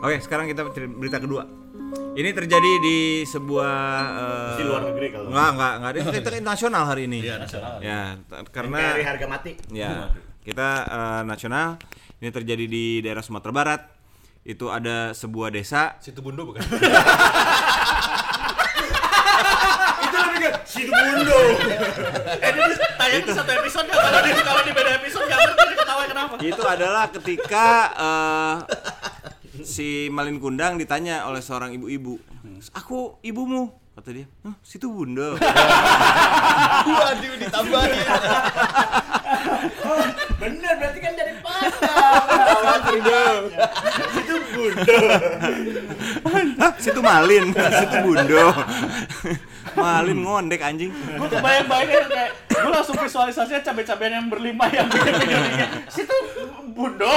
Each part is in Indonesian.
Oke, sekarang kita berita kedua. Ini terjadi di sebuah di luar negeri kalau. Enggak. Kita internasional hari ini. Iya, nasional. Ya, karena NKRI harga mati. Ya, kita nasional. Ini terjadi di daerah Sumatera Barat. Itu ada sebuah desa. Situ Bundo bukan? Itu lebih ke Situ Bundo. Ini tayang di satu episode nggak? Kalau di beda episode nggak ngerti ketawa kenapa? Itu adalah ketika si Malin Kundang ditanya oleh seorang ibu-ibu, "Aku ibumu," kata dia. "Situ Bundo." Waduh, ditambahin. Bener, berarti kan dari Padang. Situ Bundo. Situ Malin, Situ Bundo. Malin ngondek anjing. Gue kebayang-bayangin kayak gue langsung visualisasinya cabai-cabean yang berlima yang bikin situ Bundo.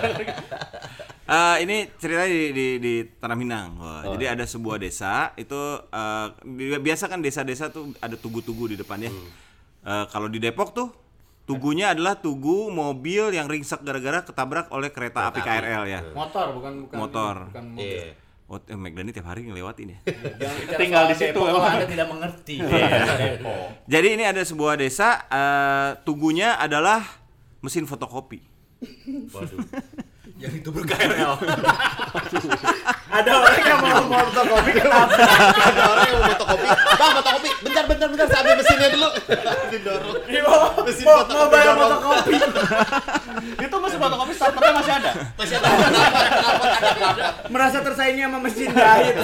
Ini ceritanya di Tanah Minang. Jadi ada sebuah desa itu biasa kan desa-desa tuh ada tugu-tugu di depannya. Kalau di Depok tuh tugunya adalah tugu mobil yang ringsek gara-gara ketabrak oleh kereta api KRL ya. Motor bukan Motor. bukan mobil. Oh, Megdani tiap hari ngelewatin ya. Tinggal di situ kalau emang. Anda tidak mengerti. Depok. Jadi ini ada sebuah desa tugunya adalah mesin fotokopi. Waduh. Yang itu ber-KRL. Ada orang yang mau fotokopi kenapa? Ada orang yang mau fotokopi. Bang, fotokopi. Bentar, saya ambil mesinnya dulu. Didorong. Mesin Mau bayar fotokopi. Itu mesin fotokopi starternya masih ada. Masih ada. Merasa tersaingi sama mesin jahit.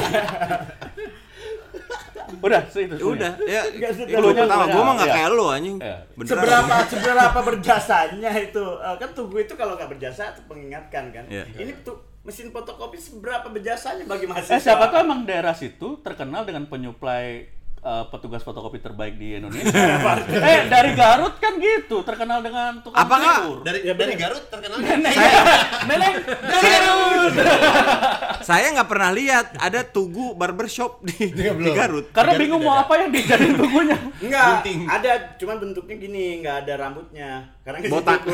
Udah, itu. Udah, ya. Nggak setuju. Lu pertama, gua mah nggak Iya. kayak lu anjing. Iya. Beneran. Seberapa berjasanya itu? Kan tugu itu kalau nggak berjasa itu mengingatkan kan. Iya. Ini tuh mesin fotokopi seberapa berjasanya bagi mahasiswa? Siapa tahu emang daerah situ terkenal dengan penyuplai petugas fotokopi terbaik di Indonesia. Dari Garut kan gitu, terkenal dengan tukang Apakah cukur. Dari Garut terkenal. Neneng dari Garut. Saya nggak pernah lihat ada tugu barbershop di Garut. Karena bingung mau apa yang dijadiin tugunya. Enggak, ada, cuman bentuknya gini, nggak ada rambutnya. Karena Botak.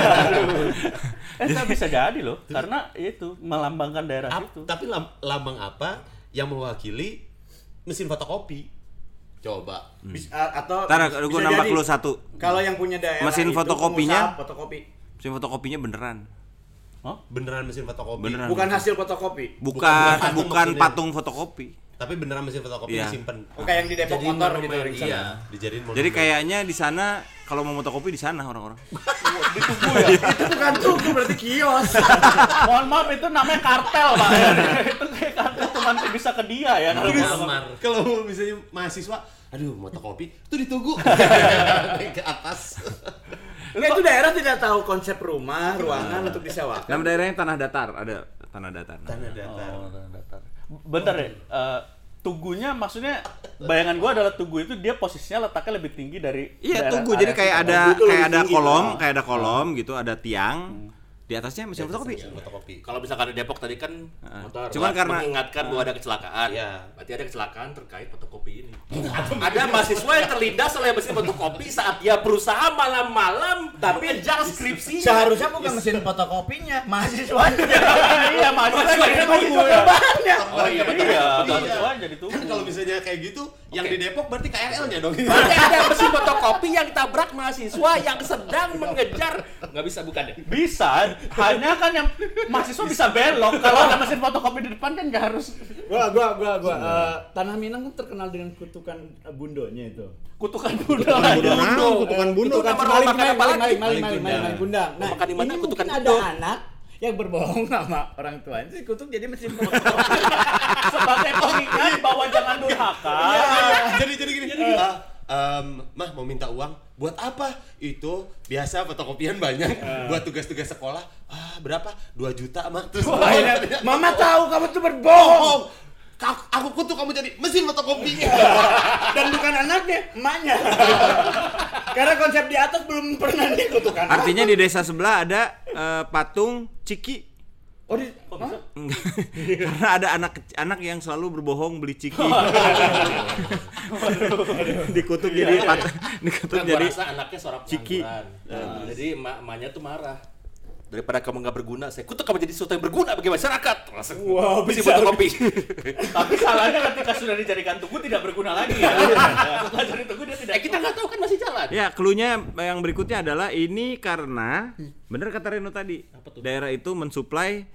Itu bisa jadi loh, karena itu melambangkan daerah itu. Tapi lambang apa yang mewakili mesin fotokopi? Coba. Atau Ntar gue bisa nambah jadi, clue satu. Kalau yang punya daerah Mesin itu fotokopinya? pengusaha fotokopi. Mesin fotokopinya beneran. Beneran mesin fotokopi. Beneran. Bukan hasil fotokopi. Bukan patung maksudnya. patung fotokopi. Tapi beneran mesin fotokopi Iya. disimpan. Kayak yang di Depok Dijadiin motor monumen. gitu, Ringsen. Iya, dijadiin monumen. Jadi kayaknya di sana kalau mau fotokopi di sana orang-orang. Di tugu ya. Itu bukan tugu, berarti kios. Mohon maaf, itu namanya kartel, Pak. Itu kayak kartel cuma bisa ke dia ya. Kalau misalnya mahasiswa, aduh fotokopi itu ditunggu naik ke atas. Enggak, itu daerah tidak tahu konsep rumah, ruangan untuk disewakan. Nama daerahnya Tanah Datar, ada Tanah Datar. Tanah datar. Datar. Bentar deh, tugunya maksudnya bayangan gua adalah tugu itu dia posisinya letaknya lebih tinggi dari Iya, daerah tugu. Jadi area kayak kita. ada Tugu itu lebih tinggi, kayak ada kolom gitu, ada tiang. Di atasnya mesin fotokopi. Fotokopi. Kalau misalkan di Depok tadi kan motor, Cuman karena- mengingatkan bahwa ada kecelakaan. Iya. Berarti ada kecelakaan terkait fotokopi ini. Ada mahasiswa yang terlindas oleh mesin fotokopi saat dia berusaha malam-malam mengejar skripsinya. Seharusnya bukan mesin fotokopinya, mahasiswanya. Iya, mahasiswa Lagi jadi bagi tugu ya. bahannya. Oh iya, betul ya. Mahasiswa jadi tugu. Kan kalau misalnya kayak gitu, yang di Depok berarti KRL-nya dong. Berarti ada mesin fotokopi yang tabrak mahasiswa yang sedang mengejar. Nggak bisa, bukan deh. Bisa, hanya kan yang mahasiswa bisa belok. Kalau ada mesin fotokopi di depan kan nggak harus Gua Tanah Minang kan terkenal dengan kutukan bundonya itu. kutukan bundo. Kutukan bundo. Kutukan Nama maling makan apa lagi? maling bundang. Nah, Makan di mana ini kutukan mungkin ada bundo? anak yang berbohong sama orang tuanya, si kutuk jadi mesin fotokopi. Sebagai pengingat bahwa jangan durhaka. Jadi gini. Mah mau minta uang buat apa? Itu biasa fotokopian banyak buat tugas-tugas sekolah. Berapa? 2 juta mah. Terus Mama tahu kamu tuh berbohong. aku kutuk kamu jadi mesin fotokopi. Dan bukan anaknya, emaknya. Karena konsep di atas belum pernah dikutukan. Artinya di desa sebelah ada patung Ciki. Oh, Enggak. Karena ada anak yang selalu berbohong beli Ciki. Dikutuk jadi Kan gua jadi rasa anaknya seorang Ciki. pengangguran. Jadi emaknya tuh marah. Daripada kamu nggak berguna, saya kutuk kamu jadi sesuatu yang berguna bagi masyarakat. Langsung Wow, mesti bisa. fotokopi. Tapi salahnya ketika sudah dijadikan tugu tidak berguna lagi ya. Setelah jadi tugu dia tidak. Kita nggak tahu kan masih jalan. Ya, clue-nya yang berikutnya adalah ini karena bener kata Reno tadi. Daerah itu mensuplai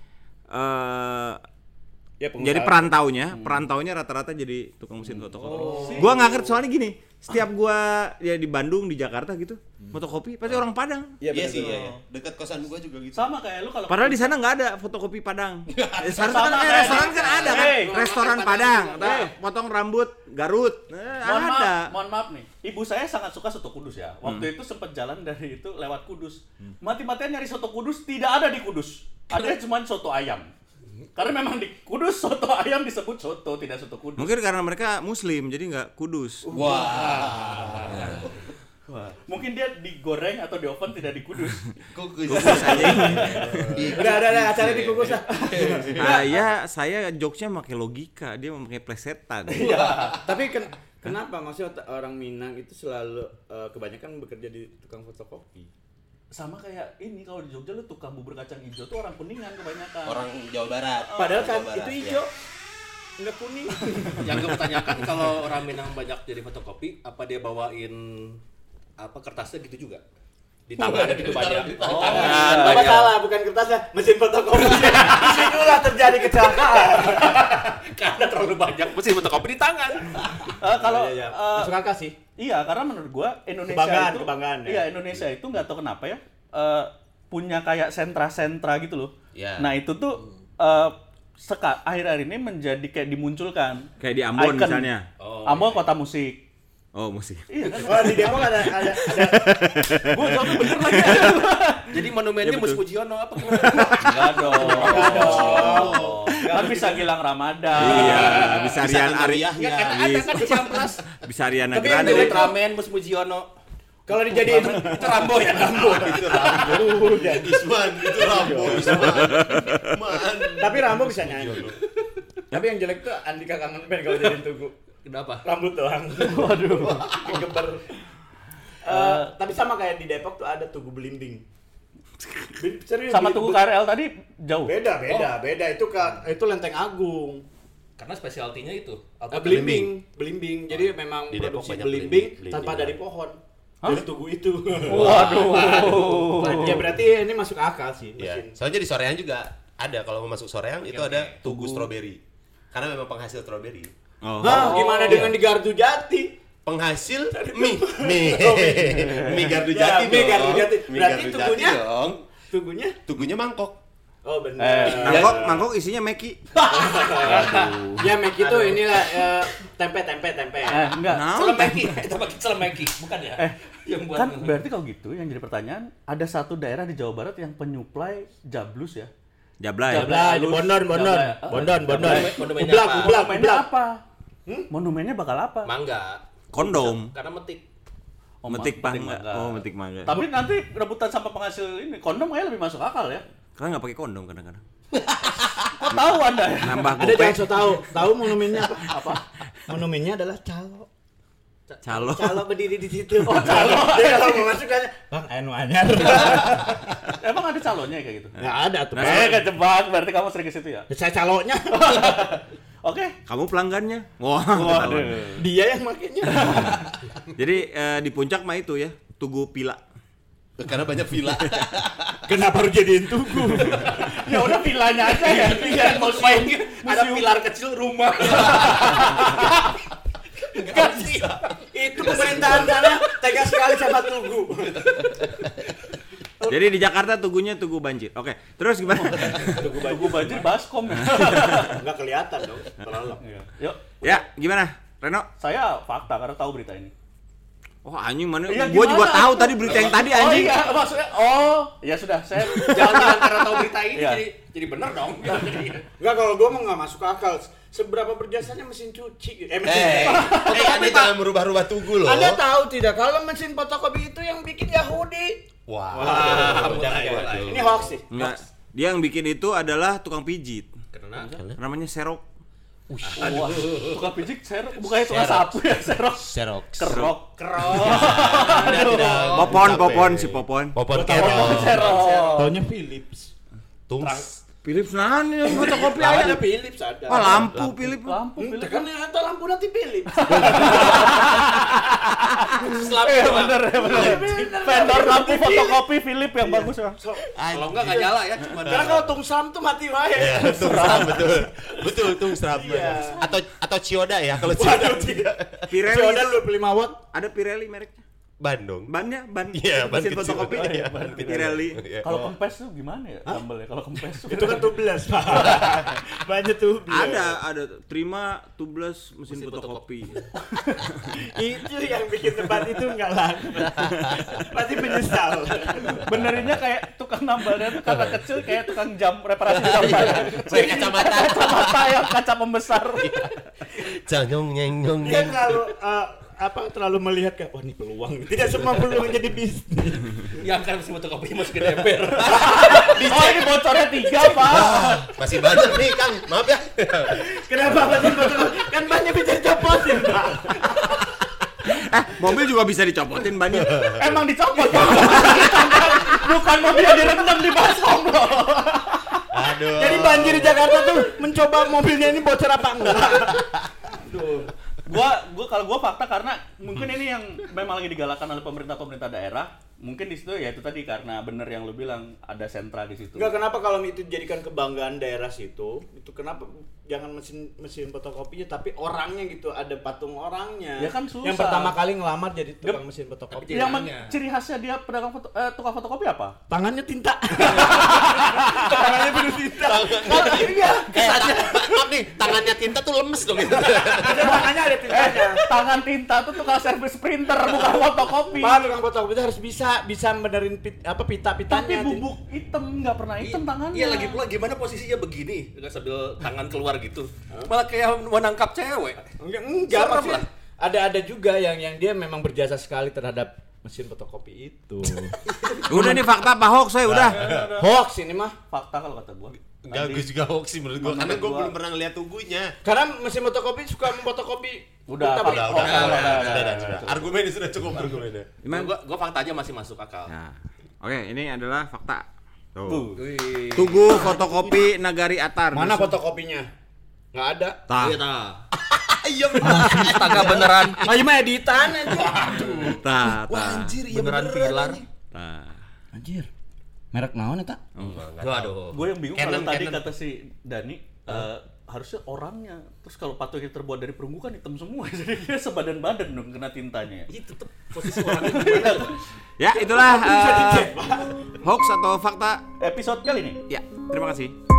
Ya, jadi perantaunya rata-rata jadi tukang mesin fotokopi. Gua nggak ngerti soalnya gini, setiap gua ya di Bandung, di Jakarta gitu, fotokopi pasti orang Padang. Iya sih, iya. Dekat kosan gua juga gitu. Sama kayak lu kalau Padahal di sana nggak ada fotokopi Padang. Seharusnya kan Sama kayak restoran di- kan ada kan, Hey. restoran Padang, potong rambut Garut, ada. mohon maaf nih. Ibu saya sangat suka soto Kudus ya. Waktu itu sempat jalan dari itu lewat Kudus. Mati-matian nyari soto Kudus, tidak ada di Kudus. Ada cuma soto ayam. Karena memang di Kudus soto ayam disebut soto, tidak soto Kudus. Mungkin karena mereka Muslim jadi nggak kudus. Wah, mungkin dia digoreng atau di oven tidak di Kudus. Kukus. Udah, acara dikukus lah. Saya jokesnya pakai logika, dia memakai plesetan. Tapi kenapa maksudnya orang Minang itu selalu kebanyakan bekerja di tukang fotokopi? Sama kayak ini kalau di Jogja lu tukang bubur kacang hijau tuh orang Kuningan kebanyakan. Orang Jawa Barat. Padahal kan Jawa Barat, itu ya. hijau, enggak kuning. Yang gue pertanyakan kalau orang Minang banyak jadi fotokopi, apa dia bawain kertasnya gitu juga? Di tangan gitu banyak. Oh, Tangan apa banyak. salah, bukan kertasnya, mesin fotokopi. Disitulah terjadi kecelakaan. Karena terlalu banyak mesin fotokopi di tangan. Kalau Masuk akal sih. iya, karena menurut gua Indonesia Kebanggaan, ya. Iya, Indonesia itu nggak tahu kenapa ya punya kayak sentra-sentra gitu loh. Iya. Nah, itu tuh akhir-akhir ini menjadi kayak dimunculkan. Kayak di Ambon Icon. misalnya. Ambon kota musik. Oh, musik. Iya kan? Oh, di Depok ada Gua jawabnya bener lagi. Jadi monumennya Mus Mujiono apa gimana? Enggak dong. Kan bisa Gilang Ramadan. Iya, bisa Rian Ari. Iya, Ya kan ada kan di Ciamplas. Bisa Ariana Tapi yang Grande. jelek- Ultraman Mus Mujiono. kalau dijadiin Itu Rambo ya, Rambo. Itu Rambo. Isman, itu Rambo. Isman. Man. tapi Rambo bisa nyanyi. Tapi yang jelek tuh Andika Kangen Band kalau jadiin tugu. Kenapa? Rambut doang. Waduh. Geber. Tapi sama kayak di Depok tuh ada tugu belimbing. Serius, Sama tugu KRL tadi jauh. Beda. Itu Lenteng Agung. Karena spesialtinya itu. Belimbing. Jadi memang Di Depok produksi banyak belimbing belimbing tanpa juga. dari pohon. Dari tugu itu. Waduh. Ya berarti ini masuk akal sih Iya. mesin. Soalnya di Soreang juga ada, kalau mau masuk Soreang itu ada tugu stroberi. Karena memang penghasil stroberi. Oh. Nah, gimana dengan di Gardu Jati? Penghasil mie Gardu Ya, Jati mie Gardu Jati. Mie Berarti Gardu tugunya? Jati dong. Tugunya mangkok. Oh benar. Mangkok isinya Meki. Ya Mek itu inilah tempe. Enggak. Celemeki. Kita pakai celemeki, bukan ya? Yang buat Kan berarti kalau gitu yang jadi pertanyaan, ada satu daerah di Jawa Barat yang penyuplai jablus ya. Jablay. Jablay, di Bondon. Monumennya apa? Monumennya apa? Monumennya bakal apa? Mangga. Kondom. Karena metik. Metik mangga. Oh, metik mangga. Tapi nanti rebutan sama penghasil ini kondom kayaknya lebih masuk akal ya. Karena nggak pakai kondom kadang-kadang. Kok tahu Anda ya? Nambah Ada jangan gope. so tahu monumennya apa? Monumennya adalah calo. Calo. Calo berdiri di situ. Oh, calo. Dia kalau mau masuk kan, Bang, anu anyar. Emang ada calonnya kayak gitu? Enggak ada tuh. Kejebak, berarti kamu sering ke situ ya? Saya calonya. Oke. Kamu pelanggannya. Wah. Waduh. Dia yang makainya. Jadi di puncak mah itu ya, Tugu Pila. Karena banyak villa. Kenapa harus jadiin tugu? Ya udah vilanya aja ya. Biar mau main Ada pilar kecil rumah. Itu pemerintahan sana tega sekali sama tugu. Jadi di Jakarta tugunya Tugu Banjir. Oke, terus gimana? Tugu banjir baskom ya. Enggak kelihatan dong. Tolong. Yuk, Ya, gimana? Reno? saya fakta karena tahu berita ini. Oh, anjing mana? Iya, Gua juga gimana? tahu tadi berita yang tadi Oh anjing. iya, maksudnya ya sudah, saya Jangan bilang karena tahu berita ini Iya. jadi benar dong. Enggak, kalau gua mah enggak masuk akal. Seberapa berjasanya mesin cuci? Anda jangan merubah-rubah tugu loh. Anda tahu tidak kalau mesin fotokopi itu yang bikin Yahudi? Wah, mulai. Ini hoax sih. Enggak. Dia yang bikin itu adalah tukang pijit. Karena Namanya Serok. Wah, tukang pijit serok, bukannya tukang sapu ya, serok. Xerox. Kerok. Popon si Popon. Popon kerok. Serok. Taunya Philips. Tungs. Philips nahan yang fotokopi Ada aja. Philips ada. Oh, lampu Philips. Lampu Itu Philips. kan yang ada lampu nanti Philips. Bener. Vendor lampu fotokopi Philip yang bagus ya. Kalau enggak nyala ya, cuma Karena kalau tungsam tuh mati wae. Iya, Tungsram betul Tungsram. Iya. Atau Cioda ya kalau Cioda. Pirelli Ada itu 25 watt. ada Pirelli mereknya. Bandung. Bannya ban. Iya, ban mesin kecil. fotokopi. Iya, ban kecil. Pirelli. Iya. Kalau kempes tuh gimana ya sambelnya? Kalau kempes tuh Itu kan tubeless, Pak. Banyak tubeless. Ada terima tubeless mesin fotokopi. Itu yang bikin tempat itu enggak laku. Pasti menyesal. benerinnya kayak tukang nambalnya tuh karena kecil kayak tukang jam reparasi jam. Pakai kacamata. Kacamata yang kaca pembesar. Janyong nyeng. Dia terlalu melihat kayak wah ini peluang. Tidak semua peluang jadi bisnis. yang kan mesin fotokopi masuk ke DPR. Oh ini bocornya 3 Pak. Masih banyak nih, Kang. Maaf ya. Kenapa mesin fotokopi? Kan banyak bisa dicopotin, Pak. Mobil juga bisa dicopotin bannya. Emang dicopot Pak. Bukan mobil yang direndam di baskom loh. Aduh. Jadi banjir di Jakarta tuh mencoba mobilnya ini bocor apa enggak. Kalau gua fakta karena mungkin ini yang memang lagi digalakan oleh pemerintah daerah. Mungkin di situ ya itu tadi karena bener yang lu bilang ada sentra di situ. Enggak, kenapa kalau itu dijadikan kebanggaan daerah situ, itu kenapa jangan mesin fotokopinya tapi orangnya gitu, ada patung orangnya. Ya kan susah. Yang pertama kali ngelamar jadi tukang mesin fotokopi. Ciri khasnya dia pedagang tukang fotokopi apa? Tangannya tinta. Tangannya penuh tinta. Iya. Maaf nih, tangannya tinta tuh lemes dong. Tangannya ada tintanya. Tangan tinta tuh tukang servis printer bukan fotokopi. Pak, tukang fotokopi itu harus bisa benerin pita-pitanya. Tapi bubuk hitam nggak pernah hitam tangannya. Iya, lagi pula gimana posisinya begini sambil tangan keluar gitu. Malah kayak menangkap cewek. Enggak, Serem maksudnya lah. ada juga yang dia memang berjasa sekali terhadap mesin fotokopi itu. Udah nih fakta apa hoax saya udah. Hoax ini mah. Fakta kalau kata gua. Enggak, gue juga hoax sih menurut gue. Karena gue belum pernah ngeliat tubuhnya. Karena mesin fotokopi suka memfotokopi. Udah. Sudah. Argumennya sudah cukup argumennya. Gua fakta aja masih masuk akal. Nah, oke, ini adalah fakta. Tuh. Wih. Tugu fotokopi Nagari Atar. Mana fotokopinya? Nggak ada. Tah. Iya tah. Iya, Astaga beneran. Ayo mah editan aja. Tah. anjir, iya Beneran pilar. Tah. Anjir. Merek naon eta? Waduh. Gue yang bingung kalau Canon, tadi Canon. kata si Dani harusnya orangnya. Terus kalau patungnya terbuat dari perunggu kan hitam semua. Jadi dia sebadan-badan dong kena tintanya. Itu tetep posisi orangnya gimana? Ya, itulah hoax atau fakta. Episode kali ini. Ya, terima kasih.